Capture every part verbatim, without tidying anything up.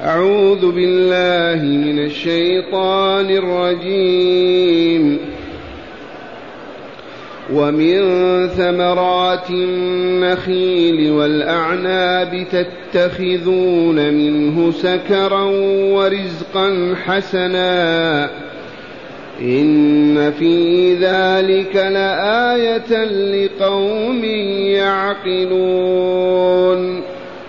أعوذ بالله من الشيطان الرجيم. ومن ثمرات النخيل والأعناب تتخذون منه سكرا ورزقا حسنا إن في ذلك لآية لقوم يعقلون.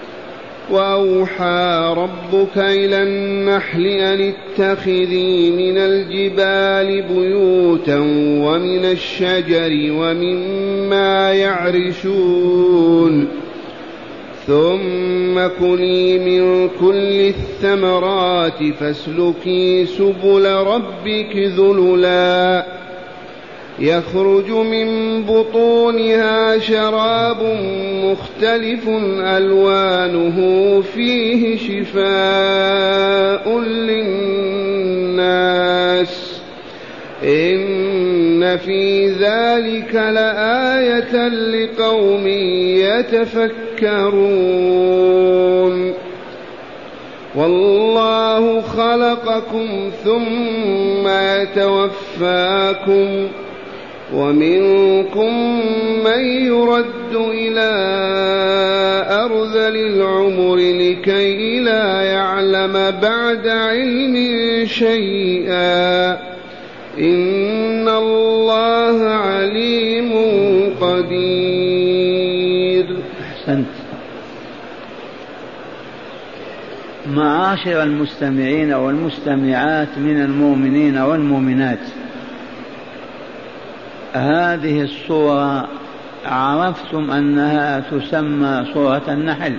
وأوحى ربك إلى النحل أن اتخذي من الجبال بيوتا ومن الشجر ومما يعرشون ثم كلي من كل الثمرات فاسلكي سبل ربك ذللا يخرج من بطونها شراب مختلف ألوانه فيه شفاء للناس إن في ذلك لآية لقوم يتفكرون. والله خلقكم ثم يتوفاكم ومنكم من يرد إلى أرذل العمر لكي لا يعلم بعد علم شيئا إن الله عليم قدير. أحسنت. معاشر المستمعين والمستمعات من المؤمنين والمؤمنات، هذه الصورة عرفتم أنها تسمى صورة النحل،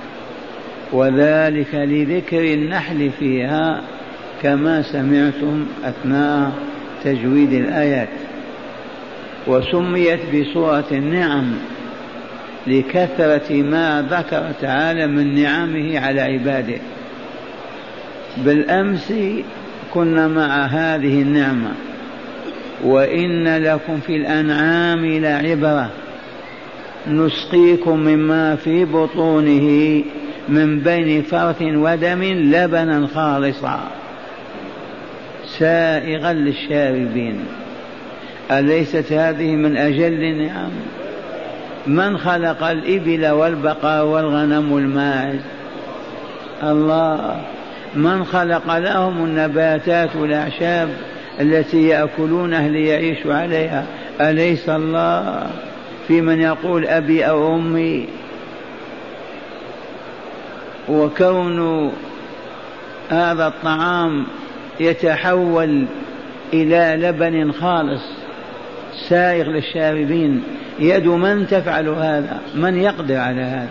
وذلك لذكر النحل فيها كما سمعتم أثناء تجويد الآيات. وسميت بصورة النعم لكثرة ما ذكر تعالى من نعمه على عباده. بالأمس كنا مع هذه النعمة. وإن لكم في الأنعام لعبرة نسقيكم مما في بطونه من بين فرث ودم لبنا خالصا سائغا للشاربين. أليست هذه من أجل النعم؟ من خلق الإبل والبقر والغنم والماعز؟ الله. من خلق لهم النباتات والأعشاب التي يأكلونها ليعيشوا عليها؟ أليس الله؟ في من يقول أبي أو أمي. وكون هذا الطعام يتحول إلى لبن خالص سائغ للشاربين، يد من تفعل هذا؟ من يقدر على هذا؟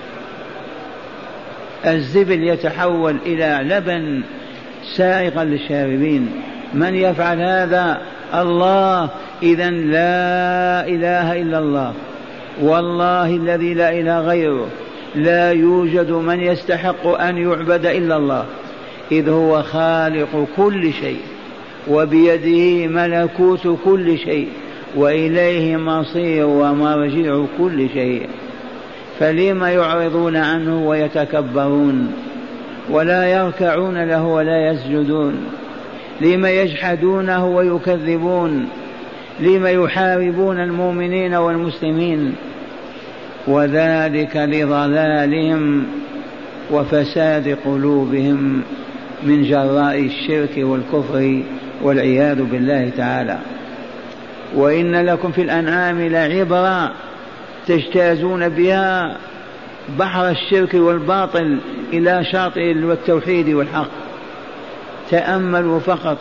الزبل يتحول إلى لبن سائغا للشاربين، من يفعل هذا؟ الله. إذن لا إله إلا الله، والله الذي لا إله غيره، لا يوجد من يستحق أن يعبد إلا الله، إذ هو خالق كل شيء وبيده ملكوت كل شيء وإليه مصير ومرجع كل شيء. فلما يعرضون عنه ويتكبرون ولا يركعون له ولا يسجدون؟ لما يجحدونه ويكذبون؟ لما يحاربون المؤمنين والمسلمين؟ وذلك لضلالهم وفساد قلوبهم من جراء الشرك والكفر والعياذ بالله تعالى. وإن لكم في الأنعام لعبرة تجتازون بها بحر الشرك والباطل إلى شاطئ التوحيد والحق. تأملوا فقط.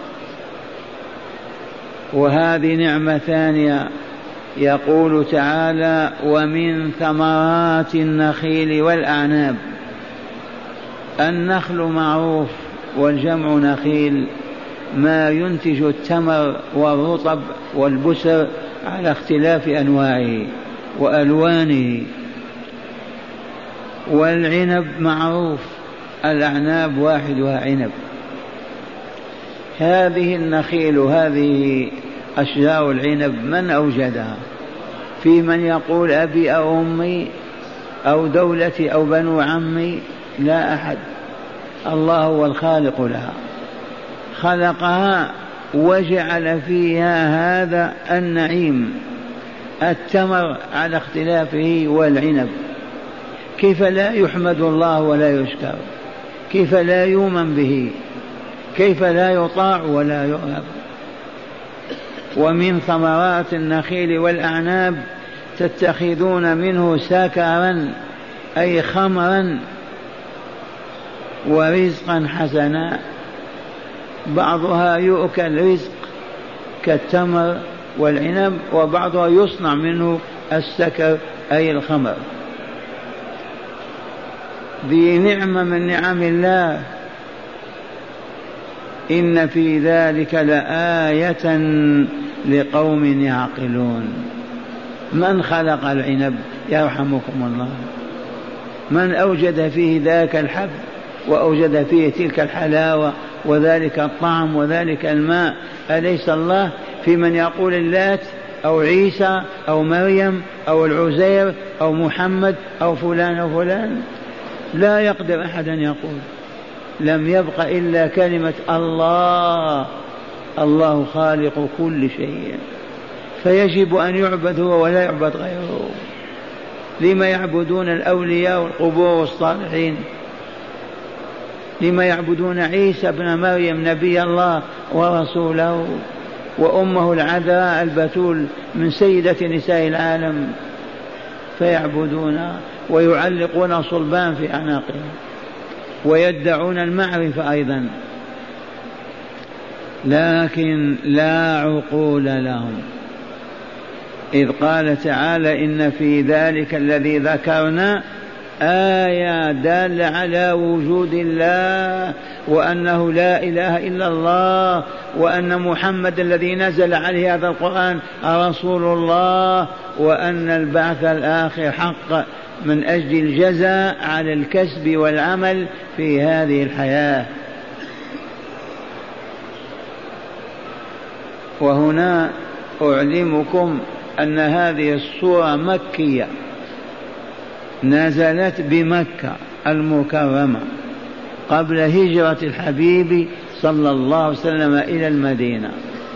وهذه نعمة ثانية، يقول تعالى: ومن ثمرات النخيل والأعناب. النخل معروف والجمع نخيل، ما ينتج التمر والرطب والبسر على اختلاف أنواعه وألوانه. والعنب معروف، الأعناب واحدها عنب. هذه النخيل هذه أشجار العنب من أوجدها؟ في من يقول أبي أو أمي أو دولتي أو بنو عمي؟ لا أحد. الله هو الخالق لها، خلقها وجعل فيها هذا النعيم، التمر على اختلافه والعنب. كيف لا يحمد الله ولا يشكر؟ كيف لا يؤمن به؟ كيف لا يطاع ولا يؤهب؟ ومن ثمرات النخيل والأعناب تتخذون منه سكرا أي خمرا ورزقا حسنا، بعضها يؤكل رزق كالتمر والعنب، وبعضها يصنع منه السكر أي الخمر. ذي نعمة من نعم الله، إن في ذلك لآية لقوم يعقلون. من خلق العنب يرحمكم الله؟ من أوجد فيه ذاك الحب وأوجد فيه تلك الحلاوة وذلك الطعم وذلك الماء؟ أليس الله؟ في من يقول اللات أو عيسى أو مريم أو العزير أو محمد أو فلان أو فلان؟ لا يقدر أحد أن يقول. لم يبق إلا كلمة الله. الله خالق كل شيء، فيجب أن يعبد هو ولا يعبد غيره. لما يعبدون الأولياء والقبور والصالحين؟ لما يعبدون عيسى بن مريم نبي الله ورسوله وأمه العذراء البتول من سيدة نساء العالم؟ فيعبدون ويعلقون صلبان في أعناقهم ويدعون المعرفة أيضا، لكن لا عقول لهم. إذ قال تعالى إن في ذلك الذي ذكرنا آية دالة على وجود الله، وأنه لا إله إلا الله، وأن محمد الذي نزل عليه هذا القرآن رسول الله، وأن البعث الآخر حق من أجل الجزاء على الكسب والعمل في هذه الحياة. وهنا أعلمكم أن هذه السورة مكية، نزلت بمكة المكرمة قبل هجرة الحبيب صلى الله عليه وسلم إلى المدينة،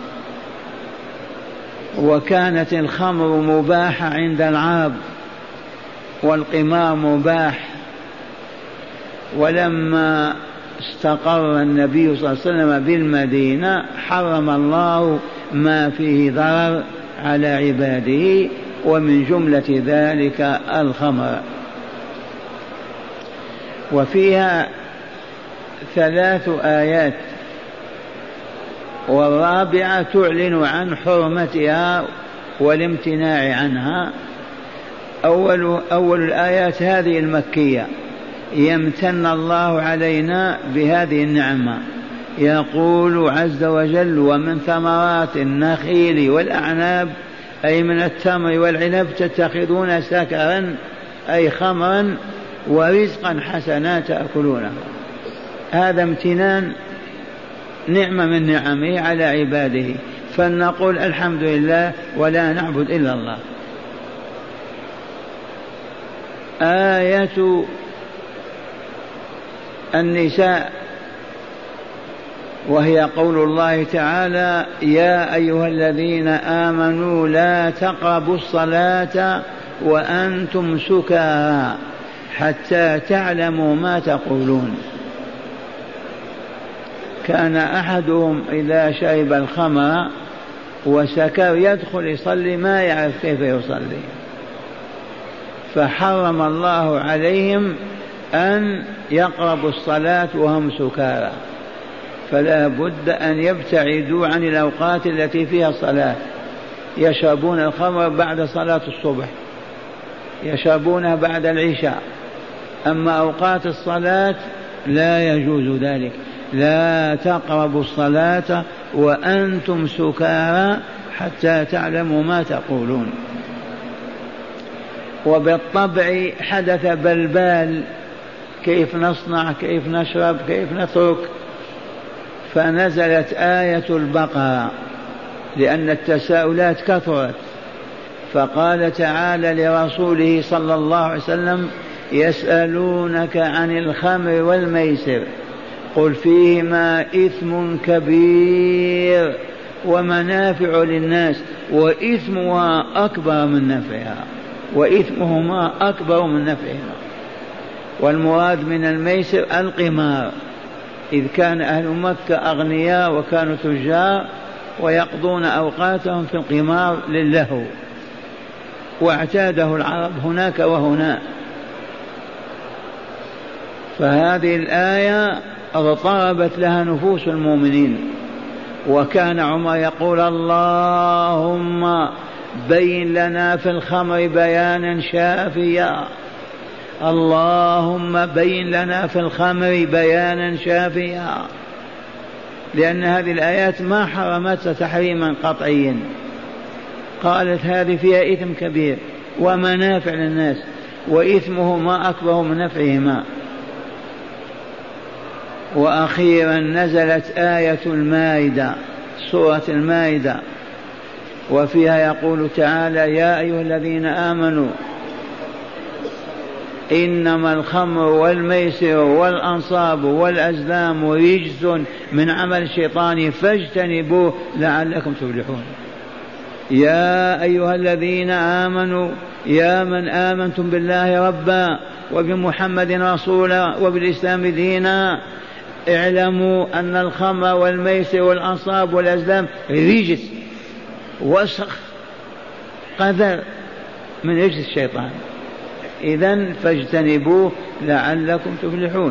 وكانت الخمر مباحة عند العرب والقمار مباح. ولما استقر النبي صلى الله عليه وسلم بالمدينة حرم الله ما فيه ضرر على عباده، ومن جملة ذلك الخمر. وفيها ثلاث آيات، والرابعة تعلن عن حرمتها والامتناع عنها. أول, أول الآيات هذه المكية، يمتن الله علينا بهذه النعمة، يقول عز وجل ومن ثمرات النخيل والأعناب أي من التمر والعنب تتخذون سكرا أي خمرا ورزقا حسنا تأكلونه. هذا امتنان، نعمة من نعمه على عباده، فلنقول الحمد لله ولا نعبد إلا الله. آية النساء، وهي قول الله تعالى يا أيها الذين آمنوا لا تقربوا الصلاة وأنتم سكارى حتى تعلموا ما تقولون. كان أحدهم إذا شرب الخمر وسكر يدخل يصلي ما يعرف كيف يصلي، فحرم الله عليهم أن يقربوا الصلاة وهم سكارى، فلا بد أن يبتعدوا عن الأوقات التي فيها الصلاة. يشربون الخمر بعد صلاة الصبح، يشربونها بعد العشاء، أما أوقات الصلاة لا يجوز ذلك. لا تقربوا الصلاة وأنتم سكارى حتى تعلموا ما تقولون. وبالطبع حدث بلبال، كيف نصنع، كيف نشرب، كيف نترك، فنزلت آية البقرة لأن التساؤلات كثرت، فقال تعالى لرسوله صلى الله عليه وسلم يسألونك عن الخمر والميسر قل فيهما إثم كبير ومنافع للناس وإثمها أكبر من نفعها، وإثمهما أكبر من نفعهما. والمراد من الميسر القمار، إذ كان أهل مكة أغنياء وكانوا تجار ويقضون أوقاتهم في القمار للهو، واعتاده العرب هناك وهنا. فهذه الآية اضطربت لها نفوس المؤمنين، وكان عمر يقول اللهم بين لنا في الخمر بيانا شافيا، اللهم بين لنا في الخمر بيانا شافيا، لأن هذه الآيات ما حرمت تحريما قطعيا، قالت هذه فيها إثم كبير ومنافع للناس وإثمهما أكبر من نفعهما. وأخيرا نزلت آية المائدة، سورة المائدة، وفيها يقول تعالى يا أيها الذين آمنوا إنما الخمر والميسر والأنصاب والأزلام رجس من عمل الشيطان فاجتنبوه لعلكم تفلحون. يا أيها الذين آمنوا، يا من آمنتم بالله ربا وبمحمد رسولا وبالإسلام دينا، اعلموا أن الخمر والميسر والأنصاب والأزلام رجس، وسخ، قذر من رجس الشيطان، إذن فاجتنبوه لعلكم تفلحون.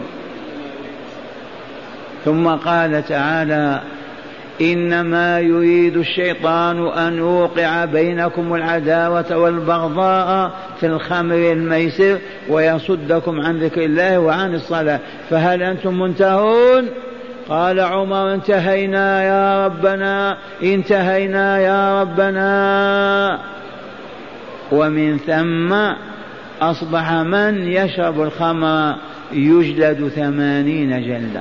ثم قال تعالى إنما يريد الشيطان أن يوقع بينكم العداوة والبغضاء في الخمر والميسر ويصدكم عن ذكر الله وعن الصلاة فهل أنتم منتهون؟ قال عمر انتهينا يا ربنا، انتهينا يا ربنا. ومن ثم أصبح من يشرب الخمر يجلد ثمانين جلدة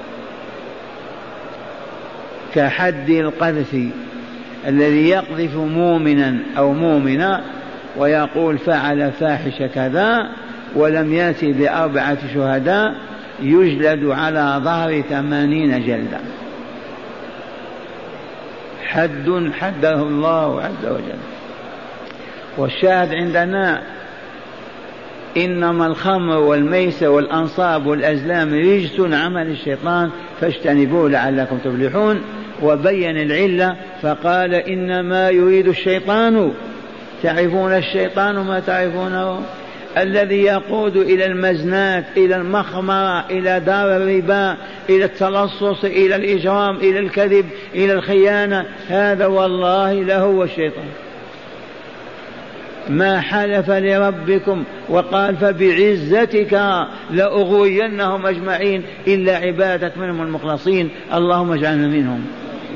كحد القذف الذي يقذف مؤمنا أو مؤمنة ويقول فعل فاحشة كذا ولم يأتي بأربعة شهداء يجلد على ظهر ثمانين جلدة، حد حده الله عز وجل. والشاهد عندنا إنما الخمر والميسر والأنصاب والأزلام رجس عمل الشيطان فاجتنبوه لعلكم تفلحون. وبين العلة فقال إنما يريد الشيطان، تعرفون الشيطان ما تعرفونه، الذي يقود إلى المزنات، إلى المخمرة، إلى دار الربا، إلى التلصص، إلى الإجرام، إلى الكذب، إلى الخيانة، هذا والله لهو الشيطان. ما حلف لربكم وقال فبعزتك لأغوينهم أجمعين إلا عبادك منهم المخلصين، اللهم اجعلنا منهم.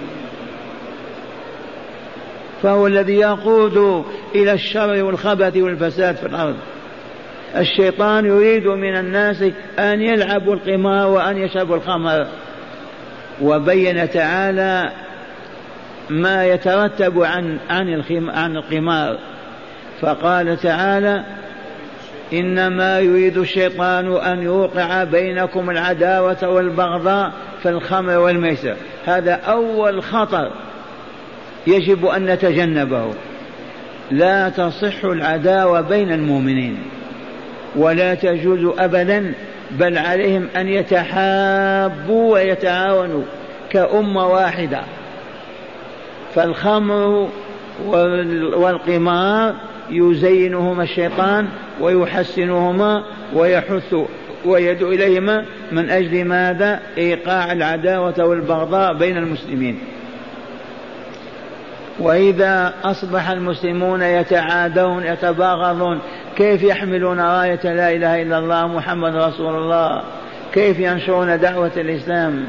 فهو الذي يقود إلى الشر والخبث والفساد في الأرض. الشيطان يريد من الناس أن يلعبوا القمار وأن يشربوا الخمر. وبين تعالى ما يترتب عن عن القمار فقال تعالى إنما يريد الشيطان أن يوقع بينكم العداوة والبغضاء في الخمر والميسر. هذا أول خطر يجب أن نتجنبه. لا تصح العداوة بين المؤمنين ولا تجوز أبدا، بل عليهم أن يتحابوا ويتعاونوا كأمة واحدة. فالخمر والقمار يزينهما الشيطان ويحسنهما ويحث ويدعو إليهما من أجل ماذا؟ إيقاع العداوة والبغضاء بين المسلمين. وإذا أصبح المسلمون يتعادون يتباغضون كيف يحملون راية لا إله إلا الله محمد رسول الله؟ كيف ينشرون دعوة الإسلام؟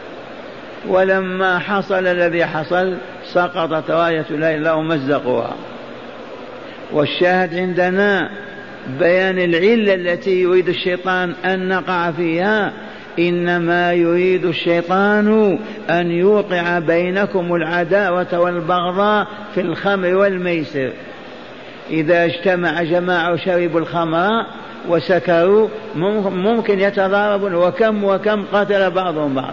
ولما حصل الذي حصل سقطت راية لا إله إلا الله ومزقوها. والشاهد عندنا بيان العلة التي يريد الشيطان أن نقع فيها. إنما يريد الشيطان أن يوقع بينكم العداوة والبغضاء في الخمر والميسر. إذا اجتمع جماعة وشربوا الخمر وسكروا ممكن يتضاربون، وكم وكم قتل بعضهم بعضا.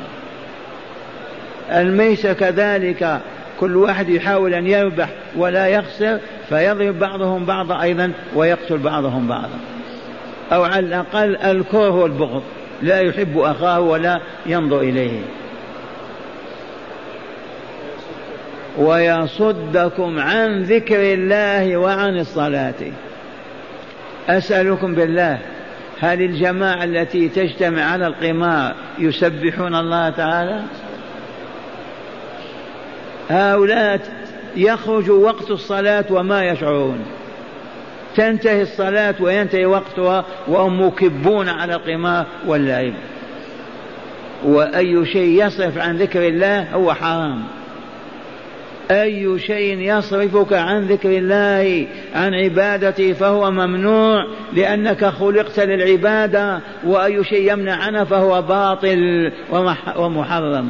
الميسر كذلك، كل واحد يحاول أن يربح ولا يخسر، فيضرب بعضهم بعضا أيضا ويقتل بعضهم بعضا، أو على الأقل الكره والبغض، لا يحب أخاه ولا ينظر إليه. ويصدكم عن ذكر الله وعن الصلاة. أسألكم بالله، هل الجماعة التي تجتمع على القمار يسبحون الله تعالى؟ هؤلاء يخرج وقت الصلاة وما يشعرون، تنتهي الصلاة وينتهي وقتها وهم مكبون على القمار واللعب. وأي شيء يصرف عن ذكر الله هو حرام. أي شيء يصرفك عن ذكر الله عن عبادته فهو ممنوع، لأنك خلقت للعبادة، وأي شيء يمنع عنها فهو باطل ومحرم.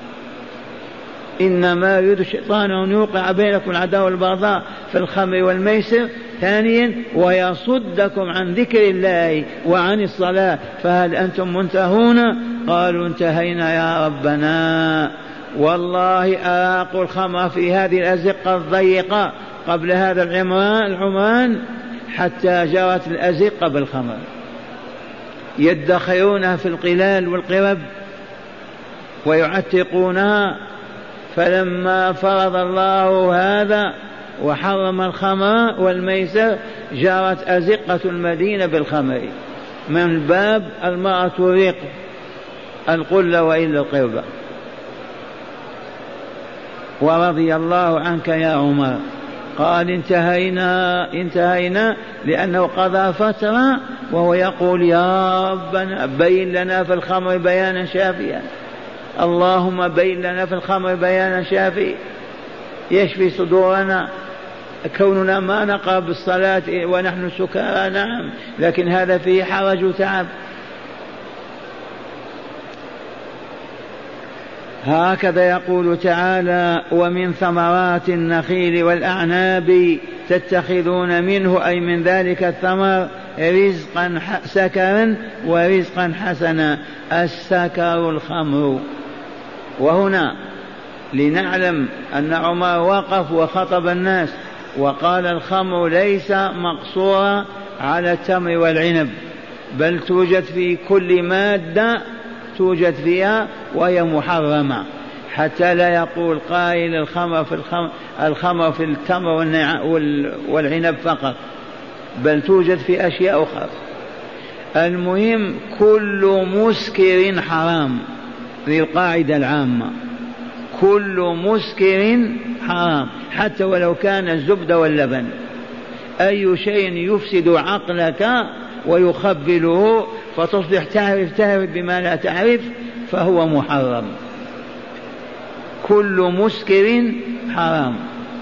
إنما يريد الشيطان أن يوقع بينكم العداوة والبغضاء في الخمر والميسر. ثانيا ويصدكم عن ذكر الله وعن الصلاة، فهل أنتم منتهون؟ قالوا انتهينا يا ربنا. والله أراق الخمر في هذه الأزقة الضيقة قبل هذا العمران حتى جرت الأزقة بالخمر، يدخرونها في القلال والقرب ويعتقونها. فلما فرض الله هذا وحرم الخمر والميسر جرت أزقة المدينة بالخمر، من باب المرأة تريق القلة وإلا القربة. ورضي الله عنك يا عمر. قال انتهينا انتهينا لأنه قضى فترة وهو يقول يا ربنا بين لنا في الخمر بيانا شافيا، اللهم بين لنا في الخمر بيانا شافيا يشفي صدورنا. كوننا ما نقرب بالصلاة ونحن سكارى نعم، لكن هذا فيه حرج وتعب. هكذا يقول تعالى ومن ثمرات النخيل والأعناب تتخذون منه، أي من ذلك الثمر، رزقا سكرا ورزقا حسنا. السكر الخمر. وهنا لنعلم أن عمر وقف وخطب الناس وقال الخمر ليس مقصورا على التمر والعنب، بل توجد في كل مادة توجد فيها وهي محرمة، حتى لا يقول قائل الخمر في الخمر, الخمر في التمر والعنب فقط، بل توجد في أشياء أخرى. المهم كل مسكر حرام، ذي القاعدة العامة، كل مسكر حرام حتى ولو كان الزبدة واللبن. أي شيء يفسد عقلك ويخبله فتصبح تعرف تعرف بما لا تعرف فهو محرم. كل مسكر حرام.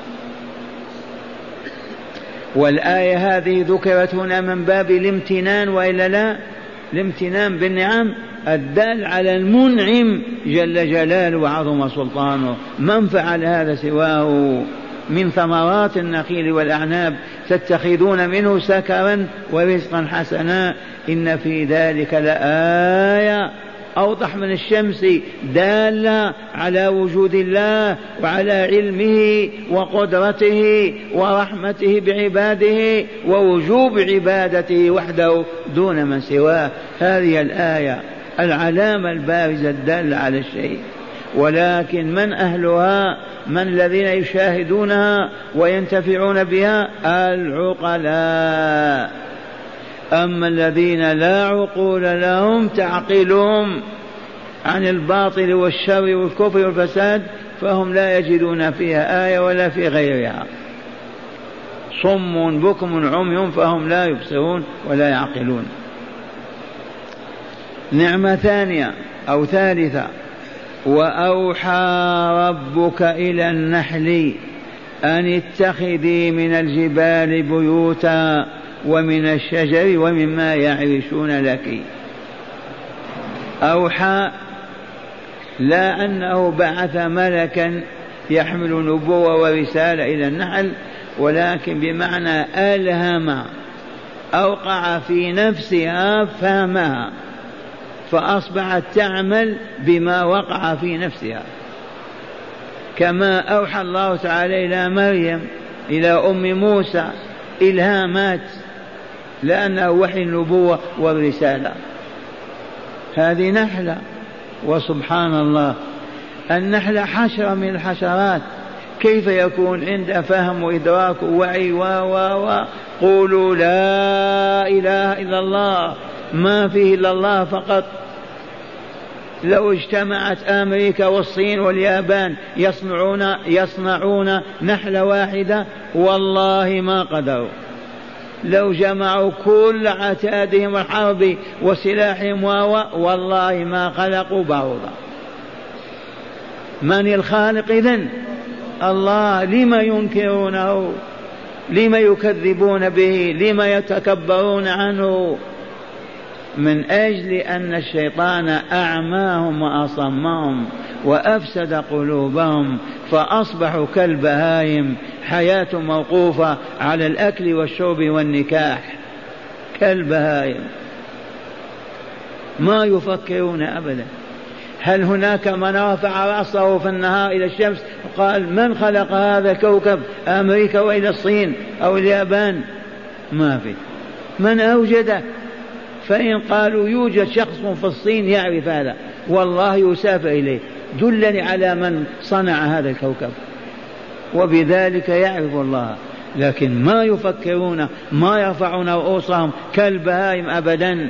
والآية هذه ذكرت هنا من باب الامتنان وإلا لا، الامتنان بالنعم الدال على المنعم جل جلاله وعظم سلطانه. من فعل هذا سواه؟ من ثمرات النخيل والأعناب تتخذون منه سكرا ورزقا حسنا. إن في ذلك لآية أوضح من الشمس دالة على وجود الله وعلى علمه وقدرته ورحمته بعباده ووجوب عبادته وحده دون من سواه. هذه الآية العلامة البارزة الدالة على الشيء. ولكن من أهلها؟ من الذين يشاهدونها وينتفعون بها؟ العقلاء. أما الذين لا عقول لهم تعقلهم عن الباطل والشر والكفر والفساد فهم لا يجدون فيها آية ولا في غيرها. صم بكم عمي فهم لا يبصرون ولا يعقلون. نعمة ثانية أو ثالثة: وأوحى ربك إلى النحل أن اتخذي من الجبال بيوتا ومن الشجر ومما يعرشون لك. أوحى لا أنه بعث ملكا يحمل نبوة ورسالة إلى النحل، ولكن بمعنى ألهم أوقع في نفسها فهمها فأصبحت تعمل بما وقع في نفسها، كما أوحى الله تعالى إلى مريم إلى أم موسى إلهامات لأنه وحي النبوة والرسالة. هذه نحلة، وسبحان الله النحلة حشرة من الحشرات، كيف يكون عند فهم وإدراك ووعي و و و قولوا لا إله إلا الله، ما فيه إلا الله فقط. لو اجتمعت أمريكا والصين واليابان يصنعون يصنعون نحلة واحدة والله ما قدروا. لو جمعوا كل عتادهم الحرب وسلاحهم والله ما خلقوا بعوضا. من الخالق إذن؟ الله. لما ينكرونه؟ لما يكذبون به؟ لما يتكبرون عنه؟ من أجل أن الشيطان أعماهم وأصمهم وأفسد قلوبهم فأصبحوا كالبهائم، حياة موقوفة على الأكل والشرب والنكاح، كالبهائم ما يفكرون أبدا. هل هناك من رفع رأسه في النهار إلى الشمس وقال من خلق هذا الكوكب؟ أمريكا وإلى الصين أو اليابان؟ ما في. من أوجده؟ فإن قالوا يوجد شخص في الصين يعرف هذا والله يسافر إليه، دلني على من صنع هذا الكوكب، وبذلك يعرف الله. لكن ما يفكرون، ما يرفعون رؤوسهم كالبهائم أبدا.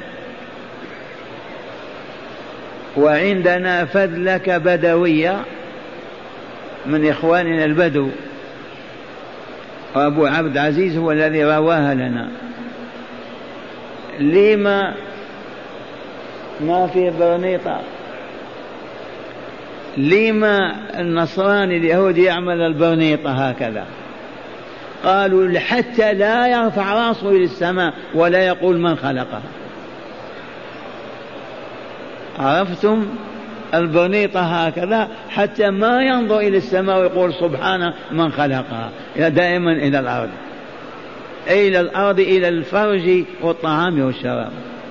وعندنا فذلك بدوية من إخواننا البدو، وأبو عبد العزيز هو الذي رواها لنا. لما ما في برنيطة؟ لما النصراني اليهودي يعمل البرنيطة هكذا؟ قالوا حتى لا يرفع رأسه إلى السماء ولا يقول من خلقها. عرفتم؟ البرنيطة هكذا حتى ما ينظر إلى السماء ويقول سبحان من خلقها، دائما إلى الأرض، إلى الأرض، إلى الفرج والطعام والشراب.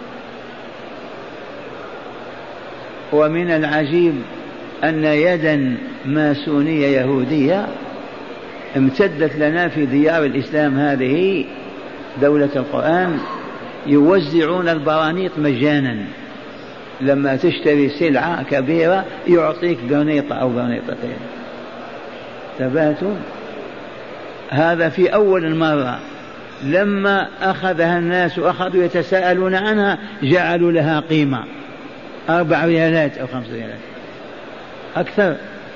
ومن العجيب أن يدا ماسونية يهودية امتدت لنا في ديار الإسلام هذه دولة القرآن، يوزعون البرانيط مجانا. لما تشتري سلعة كبيرة يعطيك برنيطة أو برنيطتين. تباتوا هذا في أول المرة. لما أخذها الناس وأخذوا يتساءلون عنها جعلوا لها قيمة، أربع ريالات أو خمس ريالات أكثر.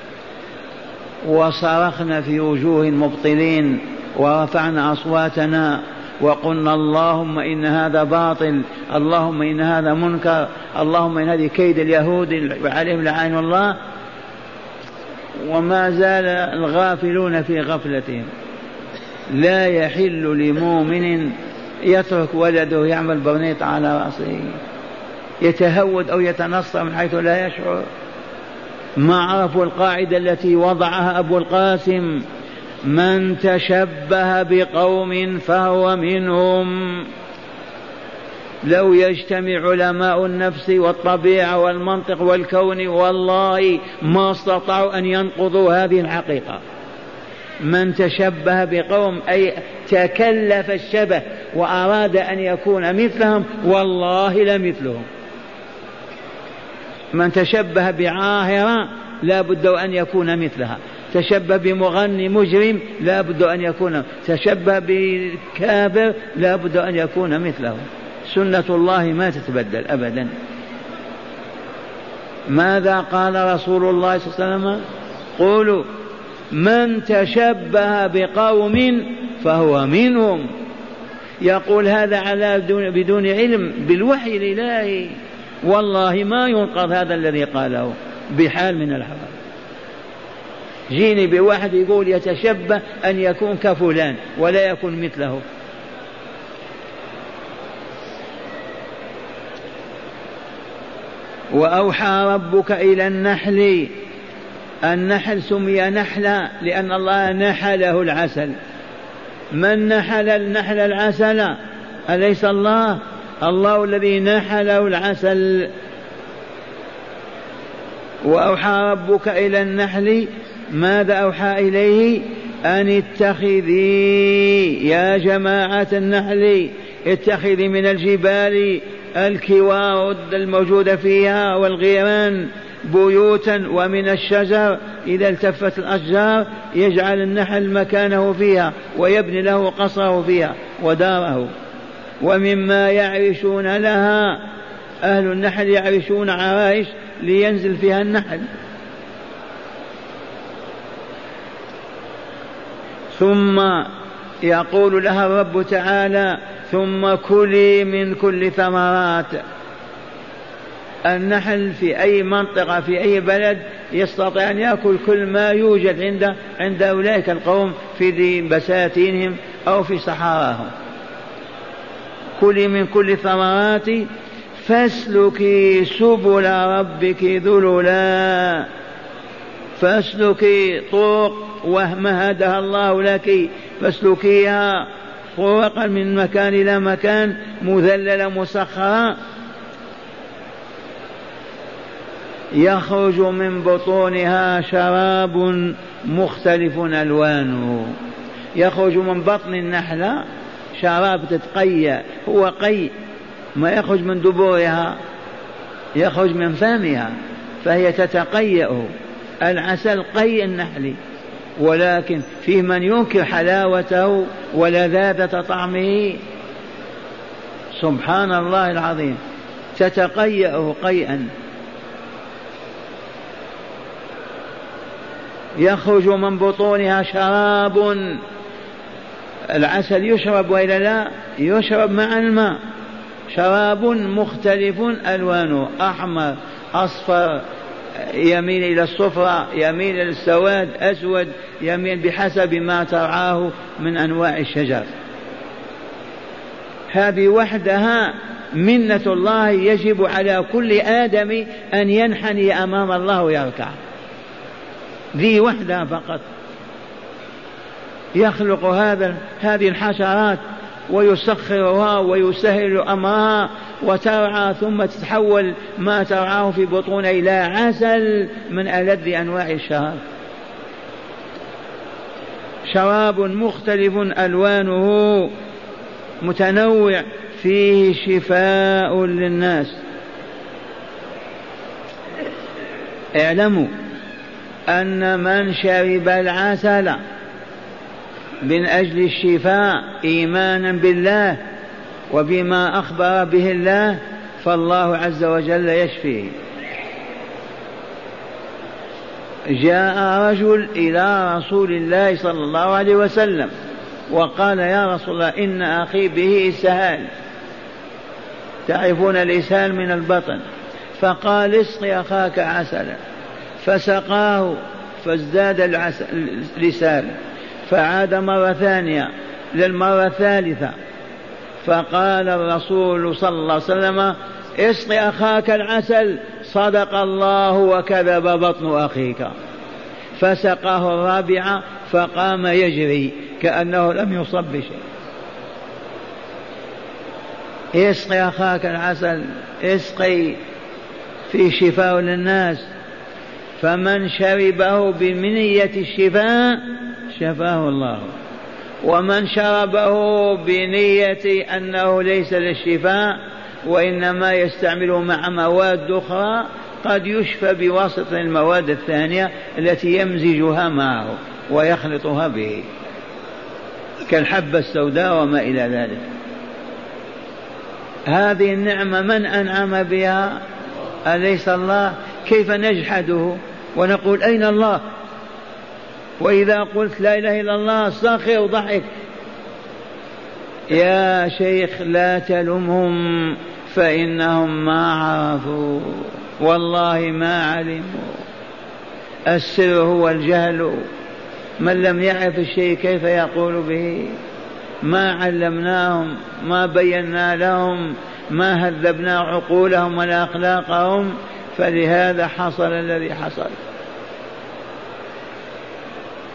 وصرخنا في وجوه المبطلين ورفعنا أصواتنا وقلنا اللهم إن هذا باطل، اللهم إن هذا منكر، اللهم إن هذه كيد اليهود وعليهم لعين الله. وما زال الغافلون في غفلتهم. لا يحل لمؤمن يترك ولده يعمل برنيط على رأسه، يتهود أو يتنصر من حيث لا يشعر. ما عرفوا القاعدة التي وضعها أبو القاسم: من تشبه بقوم فهو منهم. لو يجتمع علماء النفس والطبيعة والمنطق والكون والله ما استطاعوا أن ينقضوا هذه الحقيقة. من تشبه بقوم أي تكلف الشبه وأراد أن يكون مثلهم والله لمثلهم. من تشبه بعاهرة لا بد أن يكون مثلها، تشبه بمغني مجرم لا بد أن يكون، تشبه بكافر لا بد أن يكون مثله. سنة الله ما تتبدل أبدا. ماذا قال رسول الله صلى الله عليه وسلم؟ قولوا من تشبه بقوم فهو منهم. يقول هذا على بدون علم بالوحي الإلهي، والله ما ينقض هذا الذي قاله بحال من الحال. جيني بواحد يقول يتشبه أن يكون كفلان ولا يكون مثله. وأوحى ربك إلى النحل. النحل سمي نحلا لأن الله نحله العسل. من نحل النحل العسل؟ أليس الله؟ الله الذي نحله العسل. وأوحى ربك إلى النحل ماذا أوحى إليه؟ أن اتخذي يا جماعة النحل اتخذي من الجبال الكوار الموجودة فيها والغيران بيوتا، ومن الشجر إذا التفت الأشجار يجعل النحل مكانه فيها ويبني له قصره فيها وداره. ومما يعرشون لها، أهل النحل يعرشون عرائش لينزل فيها النحل. ثم يقول لها الرب تعالى ثم كلي من كل ثمرات. النحل في أي منطقة في أي بلد يستطيع أن يأكل كل ما يوجد عند عند أولئك القوم في بساتينهم أو في صحراهم. كلي من كل ثمرات فاسلكي سبل ربك ذللا. فاسلكي طرق ومهدها الله لك فاسلكيها طرقا من مكان إلى مكان مذللة مسخرة، يخرج من بطونها شراب مختلف ألوانه. يخرج من بطن النحلة شراب تتقيأ، هو قي، ما يخرج من دبورها، يخرج من فمها فهي تتقيأ. العسل قي النحل، ولكن فيه من ينكر حلاوته ولذاذة طعمه. سبحان الله العظيم، تتقيأ قيئا. يخرج من بطونها شراب. العسل يشرب وإلا لا؟ يشرب مع الماء. شراب مختلف ألوانه، أحمر أصفر، يميل إلى الصفرة، يميل إلى السواد، أسود، يميل بحسب ما ترعاه من أنواع الشجر. هذه وحدها منة الله يجب على كل آدم أن ينحني أمام الله ويركع. ذي وحدها فقط. يخلق هذا هذه الحشرات ويسخرها ويسهل أمرها وترعى، ثم تتحول ما ترعاه في بطون إلى عسل من ألذ أنواع الشراب. شراب مختلف ألوانه متنوع فيه شفاء للناس. اعلموا أن من شرب العسل من أجل الشفاء إيمانا بالله وبما أخبر به الله فالله عز وجل يشفيه. جاء رجل إلى رسول الله صلى الله عليه وسلم وقال يا رسول الله إن أخي به إسهال، تعرفون الإسهال من البطن، فقال اسقي أخاك عسلا، فسقاه فازداد الإسهال، فعاد مرة ثانية للمرة الثالثة، فقال الرسول صلى الله عليه وسلم اسقي أخاك العسل، صدق الله وكذب بطن أخيك. فسقاه الرابعة فقام يجري كأنه لم يصب بشيء. اسقي أخاك العسل، اسقي في شفاء للناس، فمن شربه بنية الشفاء شفاه الله، ومن شربه بنية أنه ليس للشفاء وإنما يستعمله مع مواد أخرى قد يشفى بواسطة المواد الثانية التي يمزجها معه ويخلطها به كالحبة السوداء وما إلى ذلك. هذه النعمة من أنعم بها؟ أليس الله؟ كيف نجحده ونقول أين الله؟ وإذا قلت لا إله إلا الله سخر وضحك. يا شيخ لا تلمهم فإنهم ما عرفوا، والله ما علموا. السر هو الجهل، من لم يعرف الشيء كيف يقول به؟ ما علمناهم، ما بينا لهم، ما هذبنا عقولهم ولا أخلاقهم، فلهذا حصل الذي حصل.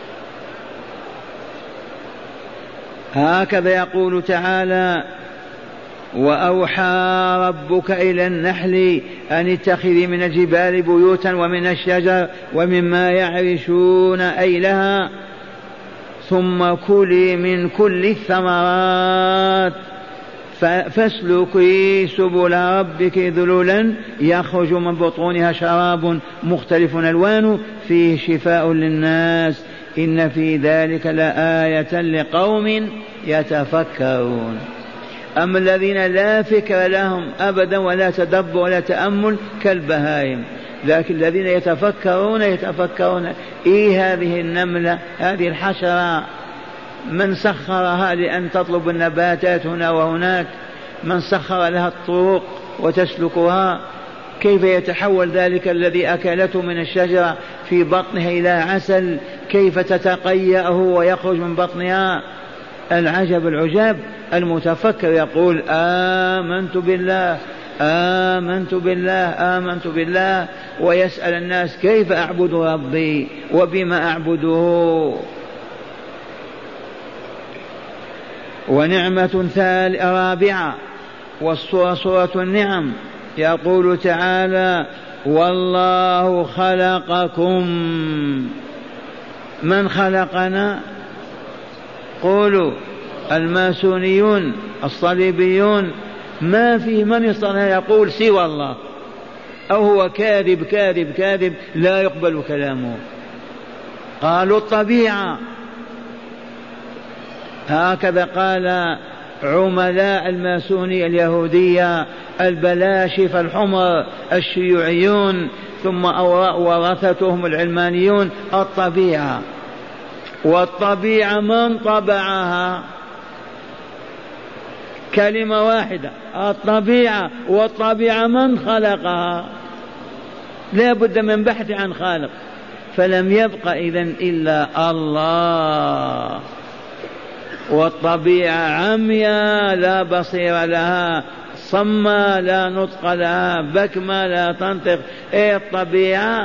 هكذا يقول تعالى وأوحى ربك إلى النحل أن اتخذي من الجبال بيوتا ومن الشجر ومما يعرشون أي لها ثم كلي من كل الثمرات فاسلكي سبل ربك ذللا يخرج من بطونها شراب مختلف ألوانه فيه شفاء للناس إن في ذلك لآية لقوم يتفكرون. أما الذين لا فكر لهم أبدا ولا تدبر ولا تأمل كالبهائم، لكن الذين يتفكرون يتفكرون إيه هذه النملة هذه الحشرة من سخرها لأن تطلب النباتات هنا وهناك، من سخر لها الطرق وتسلكها، كيف يتحول ذلك الذي أكلته من الشجرة في بطنها إلى عسل، كيف تتقيأه ويخرج من بطنها. العجب العجاب المتفكر يقول آمنت بالله آمنت بالله آمنت بالله ويسأل الناس كيف أعبد ربي وبما أعبده. ونعمة رابعة والصورة صورة النعم، يقول تعالى والله خلقكم. من خلقنا؟ قولوا الماسونيون الصليبيون، ما في من يستطيع يقول سوى الله، أو هو كاذب كاذب كاذب لا يقبل كلامه. قالوا الطبيعة، هكذا قال عملاء الماسونية اليهودية البلاشفة الحمر الشيوعيون، ثم ورثتهم العلمانيون الطبيعة. والطبيعة من طبعها؟ كلمة واحدة الطبيعة. والطبيعة من خلقها؟ لا بد من بحث عن خالق، فلم يبق إذن إلا الله. والطبيعة عمياء لا بصير لها، صمى لا نطق لها، بكمة لا تنطق. إيه الطبيعة؟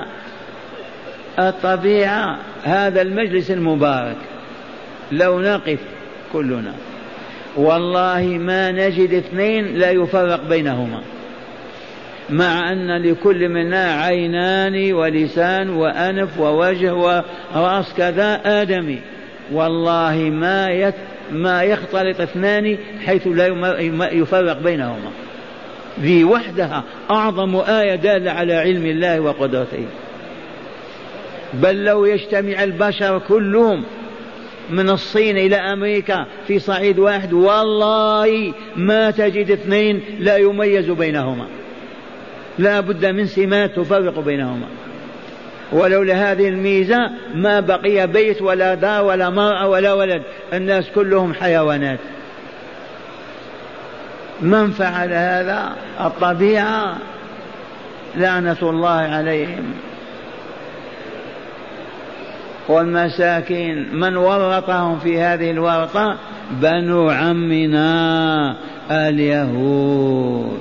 الطبيعة هذا المجلس المبارك لو نقف كلنا والله ما نجد اثنين لا يفرق بينهما، مع أن لكل منا عينان ولسان وأنف ووجه ورأس كذا آدمي، والله ما يت ما يختلط اثنان حيث لا يفرق بينهما. ذي وحدها أعظم آية دالة على علم الله وقدرته. بل لو يجتمع البشر كلهم من الصين إلى أمريكا في صعيد واحد والله ما تجد اثنين لا يميز بينهما، لا بد من سمات تفرق بينهما. ولولا هذه الميزة ما بقي بيت ولا دار ولا مرأة ولا ولد، الناس كلهم حيوانات. من فعل هذا؟ الطبيعة لعنة الله عليهم. والمساكين من ورطهم في هذه الورطة؟ بنو عمنا اليهود.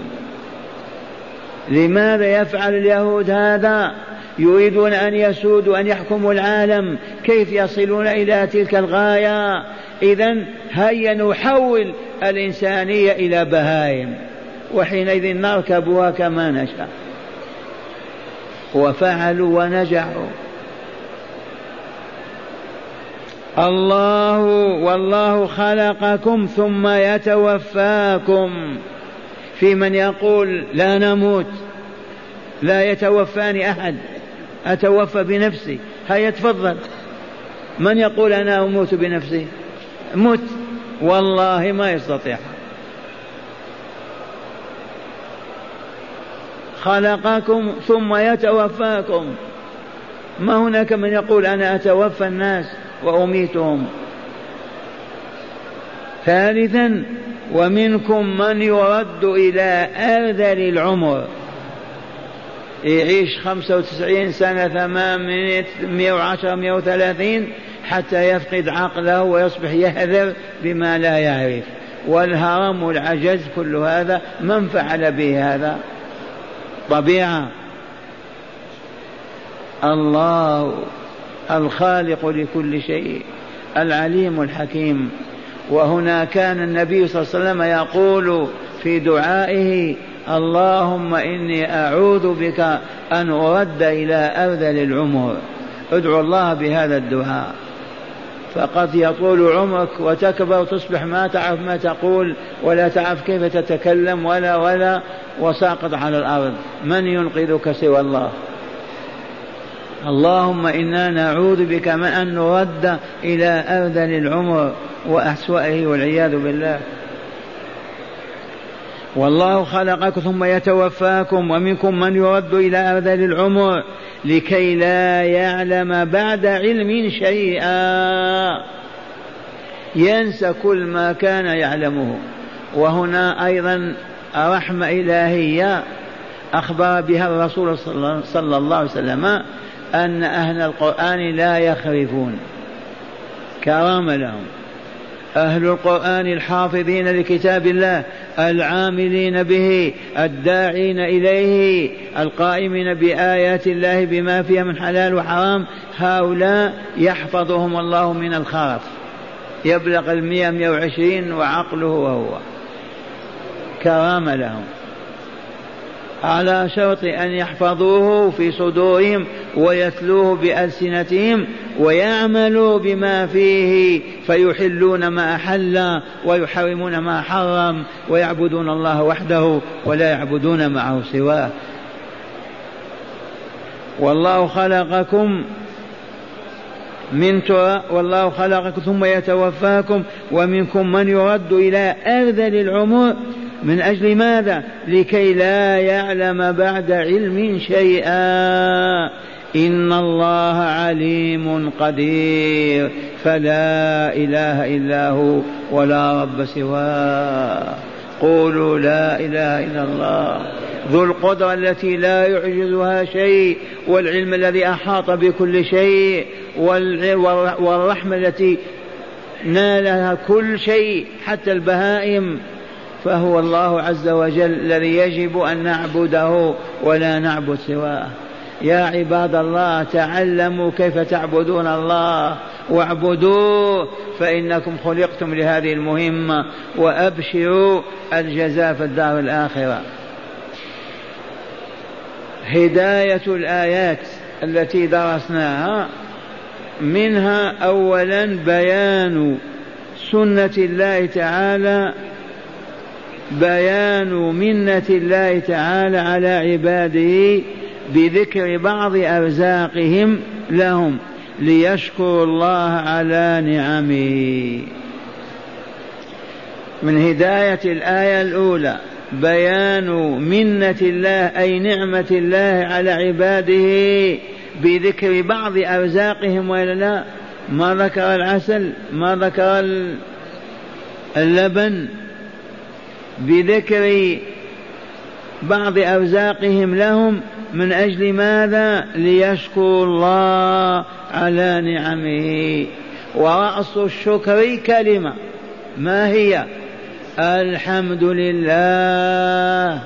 لماذا يفعل اليهود هذا؟ يريدون أن يسودوا أن يحكموا العالم. كيف يصلون إلى تلك الغاية؟ إذن هيا نحول الإنسانية إلى بهائم، وحينئذ نركبها كما نشاء. وفعلوا ونجحوا. الله والله خلقكم ثم يتوفاكم. في من يقول لا نموت، لا يتوفاني أحد، أتوفى بنفسي. هيا تفضل. من يقول أنا أموت بنفسي؟ مت، والله ما يستطيع. خلقكم ثم يتوفاكم. ما هناك من يقول أنا أتوفى الناس وأميتهم. ثالثا ومنكم من يرد إلى أرذل العمر، يعيش خمسة وتسعين سنة ثمانمائة مئة وعشرة مئة وثلاثين حتى يفقد عقله ويصبح يهذر بما لا يعرف. والهرم والعجز كل هذا من فعل به هذا؟ طبيعة. الله الخالق لكل شيء العليم الحكيم. وهنا كان النبي صلى الله عليه وسلم يقول في دعائه اللهم إني أعوذ بك أن أرد إلى أرذل العمر. ادعو الله بهذا الدعاء، فقد يطول عمرك وتكبر وتصبح ما تعرف ما تقول ولا تعرف كيف تتكلم ولا ولا وساقط على الأرض. من ينقذك سوى الله؟ اللهم إنا نعوذ بك من أن نرد إلى أرذل العمر وأسوأه والعياذ بالله. والله خلقكم ثم يتوفاكم ومنكم من يرد إلى أرذل العمر لكي لا يعلم بعد علم شيئا، ينسى كل ما كان يعلمه. وهنا أيضا رحمة إلهية أخبر بها الرسول صلى الله عليه وسلم أن أهل القرآن لا يخرفون، كرامة لهم. أهل القرآن الحافظين لكتاب الله العاملين به الداعين إليه القائمين بآيات الله بما فيها من حلال وحرام، هؤلاء يحفظهم الله من الخرف، يبلغ المئة مئة وعشرين وعقله وهو، كرامة لهم، على شرط أن يحفظوه في صدورهم ويتلوه بألسنتهم ويعملوا بما فيه، فيحلون ما أحل ويحرمون ما حرم ويعبدون الله وحده ولا يعبدون معه سواه. والله خلقكم من تراب والله خلقكم ثم يتوفاكم ومنكم من يرد إلى أرذل العمر من أجل ماذا؟ لكي لا يعلم بعد علم شيئا. إن الله عليم قدير، فلا إله إلا هو ولا رب سواه. قولوا لا إله إلا الله. ذو القدرة التي لا يعجزها شيء، والعلم الذي أحاط بكل شيء، والرحمة التي نالها كل شيء حتى البهائم. فهو الله عز وجل الذي يجب أن نعبده ولا نعبد سواه. يا عباد الله تعلموا كيف تعبدون الله واعبدوه، فإنكم خلقتم لهذه المهمة، وأبشروا الجزاء في الدار الآخرة. هداية الآيات التي درسناها، منها أولا بيان سنة الله تعالى، بيان منة الله تعالى على عباده بذكر بعض أرزاقهم لهم ليشكروا الله على نعمه. من هداية الآية الأولى بيان منة الله أي نعمة الله على عباده بذكر بعض أرزاقهم، وإلا لا؟ ما ذكر العسل، ما ذكر اللبن، بذكر بعض أرزاقهم لهم. من أجل ماذا؟ ليشكروا الله على نعمه. ورأس الشكر كلمة، ما هي؟ الحمد لله.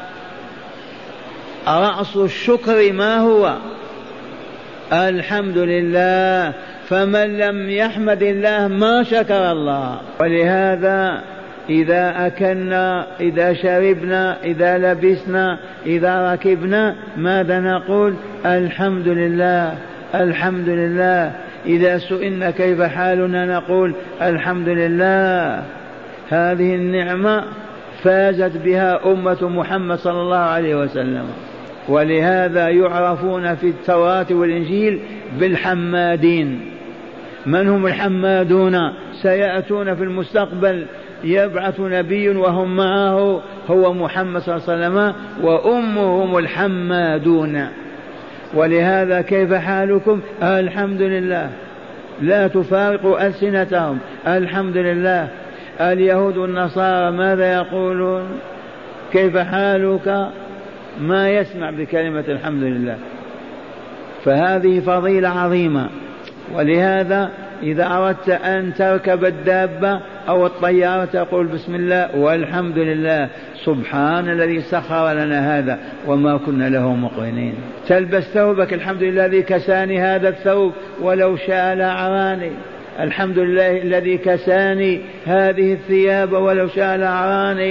رأس الشكر ما هو؟ الحمد لله. فمن لم يحمد الله ما شكر الله. ولهذا إذا أكلنا، إذا شربنا، إذا لبسنا، إذا ركبنا، ماذا نقول؟ الحمد لله، الحمد لله. إذا سئلنا كيف حالنا نقول الحمد لله. هذه النعمة فازت بها أمة محمد صلى الله عليه وسلم. ولهذا يعرفون في التوراة والإنجيل بالحمادين. من هم الحمادون؟ سيأتون في المستقبل، يبعث نبي وهم معه هو محمد صلى الله عليه وسلم وأمهم الحمادون. ولهذا كيف حالكم؟ الحمد لله، لا تفارق ألسنتهم الحمد لله. اليهود والنصارى ماذا يقولون؟ كيف حالك؟ ما يسمع بكلمة الحمد لله. فهذه فضيلة عظيمة. ولهذا إذا أردت أن تركب الدابة أو الطيارة تقول بسم الله والحمد لله، سبحان الذي سخر لنا هذا وما كنا له مقرنين. تلبس ثوبك، الحمد لله الذي كساني هذا الثوب ولو شاء لأعراني. الحمد لله الذي كساني هذه الثياب ولو شاء لأعراني.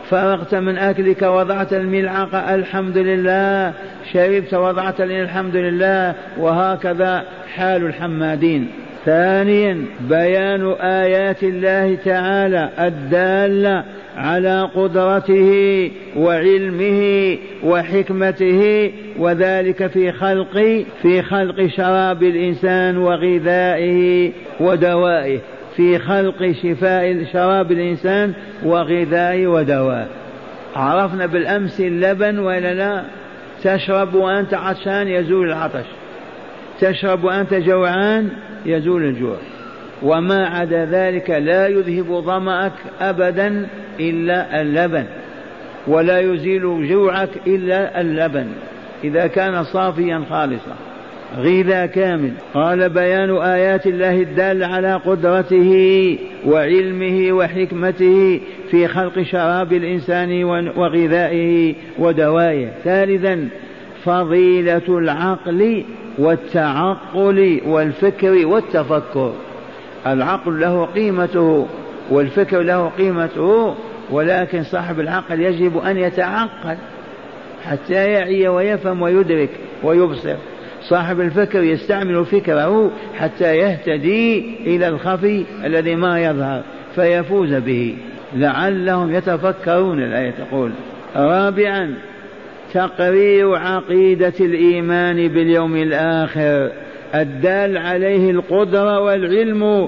فرغت من أكلك وضعت الملعقة الحمد لله، شربت وضعت الحمد لله، وهكذا حال الحمادين. ثانيا بيان آيات الله تعالى الدالة على قدرته وعلمه وحكمته، وذلك في خلق في خلق شراب الإنسان وغذائه ودوائه، في خلق شفاء شراب الإنسان وغذائه ودوائه. عرفنا بالأمس اللبن ولا لا؟ تشرب وأنت عطشان يزول العطش، تشرب وأنت جوعان يزول الجوع، وما عدا ذلك لا يذهب ظمأك أبدا إلا اللبن، ولا يزيل جوعك إلا اللبن إذا كان صافيا خالصا غذاء كامل. قال بيان آيات الله الدالة على قدرته وعلمه وحكمته في خلق شراب الإنسان وغذائه ودوائه. ثالثا فضيلة العقل والتعقل والفكر والتفكر. العقل له قيمته والفكر له قيمته، ولكن صاحب العقل يجب أن يتعقل حتى يعي ويفهم ويدرك ويبصر. صاحب الفكر يستعمل فكره حتى يهتدي إلى الخفي الذي ما يظهر فيفوز به، لعلهم يتفكرون. الآية تقول. رابعا تقرير عقيدة الإيمان باليوم الآخر الدال عليه القدرة والعلم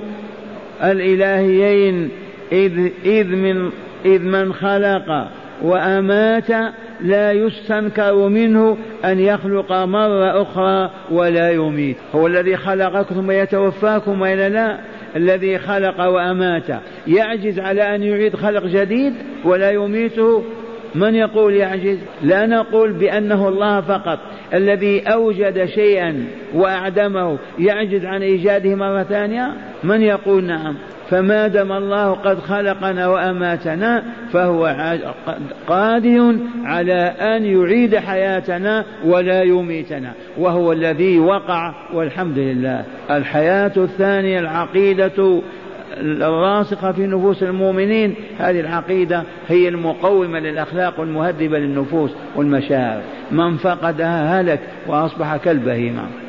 الإلهيين، إذ, إذ, من, إذ من خلق وأمات لا يستنكر منه أن يخلق مرة أخرى ولا يميت. هو الذي خلقكم ثم يتوفاكم وإلا لا؟ الذي خلق وأمات يعجز على أن يعيد خلق جديد ولا يميته؟ من يقول يعجز؟ لا نقول بأنه الله فقط الذي أوجد شيئا وأعدمه يعجز عن إيجاده مرة ثانية. من يقول نعم؟ فما دام الله قد خلقنا وأماتنا فهو قادر على أن يعيد حياتنا ولا يميتنا، وهو الذي وقع والحمد لله. الحياة الثانية العقيدة الراسخة في نفوس المؤمنين، هذه العقيدة هي المقومة للأخلاق والمهذبة للنفوس والمشاعر. من فقدها هلك وأصبح كالبهيمة.